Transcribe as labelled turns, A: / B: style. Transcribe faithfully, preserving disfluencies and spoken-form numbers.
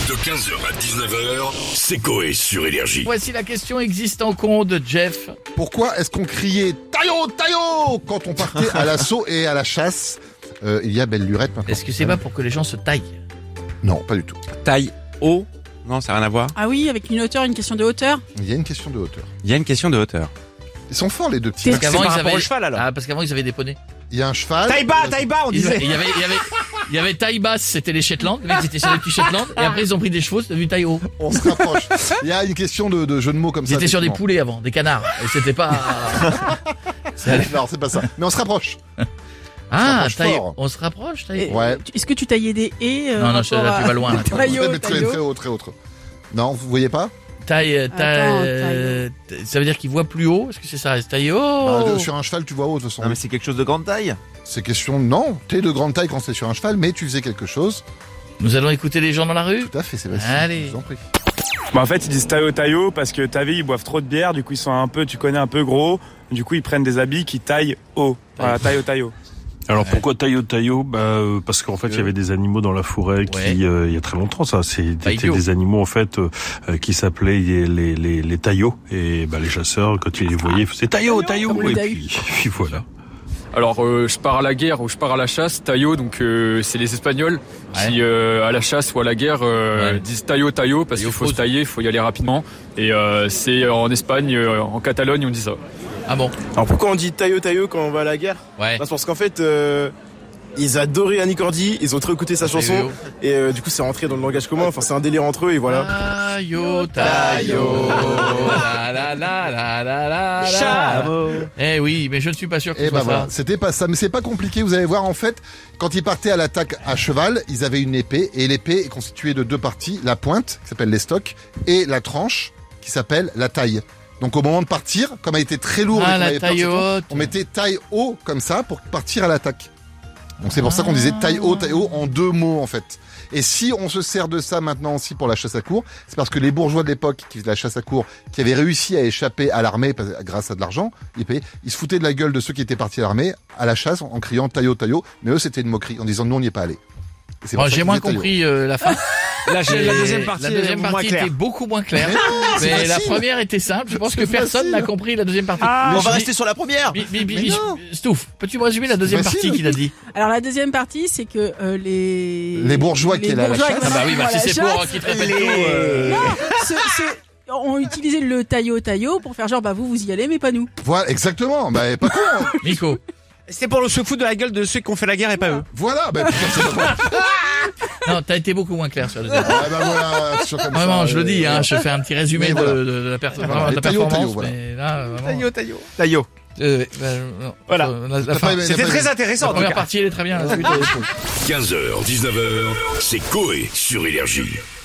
A: De quinze heures à dix-neuf heures, c'est Coé sur Énergie.
B: Voici la question existe en con de Jeff.
C: Pourquoi est-ce qu'on criait Taillot, Taillot quand on partait à l'assaut et à la chasse? euh, Il y a belle lurette maintenant.
B: Est-ce que c'est pas pour que les gens se taillent?
C: Non, pas du tout.
D: Taille haut? Non, ça n'a rien à voir.
E: Ah oui, avec une hauteur, une question de hauteur.
C: Il y a une question de hauteur.
D: Il y a une question de hauteur.
C: Ils sont forts les deux petits.
B: Parce qu'avant
D: par
B: ils
D: rapport
B: avaient
D: au cheval, alors.
B: Ah, parce qu'avant ils avaient des poneys.
C: Il y a un cheval.
D: Taille bas, taille bas, on
B: Il y
D: disait.
B: avait, il y avait, il y avait, il y avait taille basse, c'était les Shetland. Les mecs étaient sur les petits Shetland. Et après ils ont pris des chevaux, c'est devenu taille haut.
C: On se rapproche. Il y a une question de, de jeu de mots comme
B: Ils
C: ça.
B: étaient sur des
C: effectivement.
B: poulets avant, des canards. Et c'était pas. C'est-
C: Non, c'est pas ça. Mais on se rapproche.
B: Ah,
C: rapproche
B: taille.
C: fort.
B: On se rapproche, taille.
E: Et-
C: Ouais.
E: tu- Est-ce que tu taillais des haies euh,
B: Non, non, je-
E: rapport
B: là, tu
E: à-
B: vas loin, là.
E: Taillot,
C: Mais très,
E: taillot.
C: très haut, très haut. très haut. Non, vous voyez pas?
B: Taille, euh, taille,
E: Attends,
B: euh, ça veut dire qu'il voit plus haut. Est-ce que c'est ça? C'est taille haut.
C: Bah, de- Sur un cheval, tu vois haut de toute façon.
D: Non, mais c'est quelque chose de grande taille.
C: C'est question. Non, t'es de grande taille quand t'es sur un cheval, mais tu faisais quelque chose.
B: Nous allons écouter les gens dans la rue.
C: Tout à fait, Sébastien.
B: Allez.
C: Je vous en prie.
F: Bah en fait ils disent taillot taillot parce que t'as vu ils boivent trop de bière, du coup ils sont un peu, tu connais, un peu gros, du coup ils prennent des habits qui taillent haut. Voilà, taillot taillot.
G: Alors pourquoi taillot taillot? Bah euh, parce qu'en fait il y avait des animaux dans la forêt qui
B: Ouais.
G: euh, il y a très longtemps ça c'était
B: Taillot.
G: des animaux en fait euh, euh, qui s'appelaient les les les, les taillots et bah les chasseurs quand ils les voyaient ils faisaient taillot taillot
E: Comme le
G: et
E: Dahu.
G: puis, puis voilà.
H: Alors euh, je pars à la guerre ou je pars à la chasse, taillot, donc euh, c'est les Espagnols
B: Ouais.
H: qui euh, à la chasse ou à la guerre euh,
B: Ouais.
H: disent taillot taillot parce
B: Taillot
H: qu'il faut
B: pose.
H: se tailler, il faut y aller rapidement. Et euh, c'est en Espagne, euh, en Catalogne on dit ça.
B: Ah bon?
I: Alors pourquoi on dit taillot taillot quand on va à la guerre?
B: Ouais.
I: Bah, c'est parce qu'en fait euh, ils adoraient Annie Cordy, ils ont trop écouté sa chanson et euh, du coup c'est rentré dans le langage commun, enfin c'est un délire entre eux et voilà.
B: Taillot, taillot, la la la la la la la. Eh oui, mais je ne suis pas sûr que ce
C: Et
B: soit
C: bah voilà,
B: ça.
C: c'était pas ça, mais c'est pas compliqué. Vous allez voir, en fait, quand ils partaient à l'attaque à cheval, ils avaient une épée, et l'épée est constituée de deux parties, la pointe, qui s'appelle l'estoc, et la tranche, qui s'appelle la taille. Donc au moment de partir, comme elle était très lourde,
B: Ah,
C: et qu'on
B: la
C: avait peur de
B: taille
C: se tomber,
B: haute.
C: on mettait taille haut comme ça pour partir à l'attaque. Donc c'est pour ça qu'on disait taille haut, taille haut en deux mots en fait. Et si on se sert de ça maintenant aussi pour la chasse à courre, c'est parce que les bourgeois de l'époque qui faisaient la chasse à courre, qui avaient réussi à échapper à l'armée parce- grâce à de l'argent, ils payaient, ils se foutaient de la gueule de ceux qui étaient partis à l'armée, à la chasse, en criant taillot, taillot, mais eux c'était une moquerie en disant nous on n'y est pas allés. Et c'est pour
B: Bon,
C: ça
B: j'ai
C: qu'ils
B: moins
C: disaient taillot.
B: compris euh, la fin.
D: La, la
B: Et
D: deuxième partie,
B: la deuxième
D: est moins
B: partie
D: claire.
B: était beaucoup moins claire.
C: c'est
B: Mais la
C: facile.
B: première était simple. Je pense
C: C'est
B: que personne
C: facile.
B: n'a compris la deuxième partie.
D: Mais
B: Mais
D: on va
B: je
D: rester sur la première.
B: dis- Bi- bi-
C: Mais
B: bi-
C: non.
B: Stouff, peux-tu me résumer la deuxième
C: facile.
B: partie qu'il a dit?
E: Alors la deuxième partie, c'est que euh, les
C: Les bourgeois qui allaient à la
E: bourgeois
C: chasse.
E: qui
B: Ah bah oui, bah
E: vont à
B: si
E: la
B: c'est pour
E: chasse,
B: euh, qu'il te répète tout. euh,
E: Non, ce- ce- ont utilisé le taillot taillot pour faire genre bah vous vous y allez mais pas nous.
C: Voilà, exactement. Bah pas con. hein.
B: Nico.
D: C'est pour se foutre de la gueule de ceux qui ont fait la guerre et pas eux.
C: Voilà. Bah putain, c'est pas con.
B: Non, t'as été beaucoup moins clair sur la deuxième.
C: Ah, bah voilà, sur comme
B: Vraiment,
C: ça,
B: je le dis,
C: euh,
B: hein, je fais un petit résumé
C: Mais
B: de,
C: voilà.
B: de- de la, per-
C: Voilà,
B: vraiment, de
C: les
B: la
C: taillots,
B: performance,
C: taillots, voilà.
B: mais là, vraiment.
D: Taillot, taillot. Taillot.
B: Euh, bah, non,
D: Voilà.
B: euh, la, la
C: T'as
B: fin-
C: pas aimé-
D: C'était
C: t'as pas
D: très
C: aimé.
D: intéressant
B: la
D: en tout
B: première
D: cas.
B: partie, elle est très bien. La suite, elle est fausse.
A: quinze heures, dix-neuf heures, c'est Coé sur Énergie.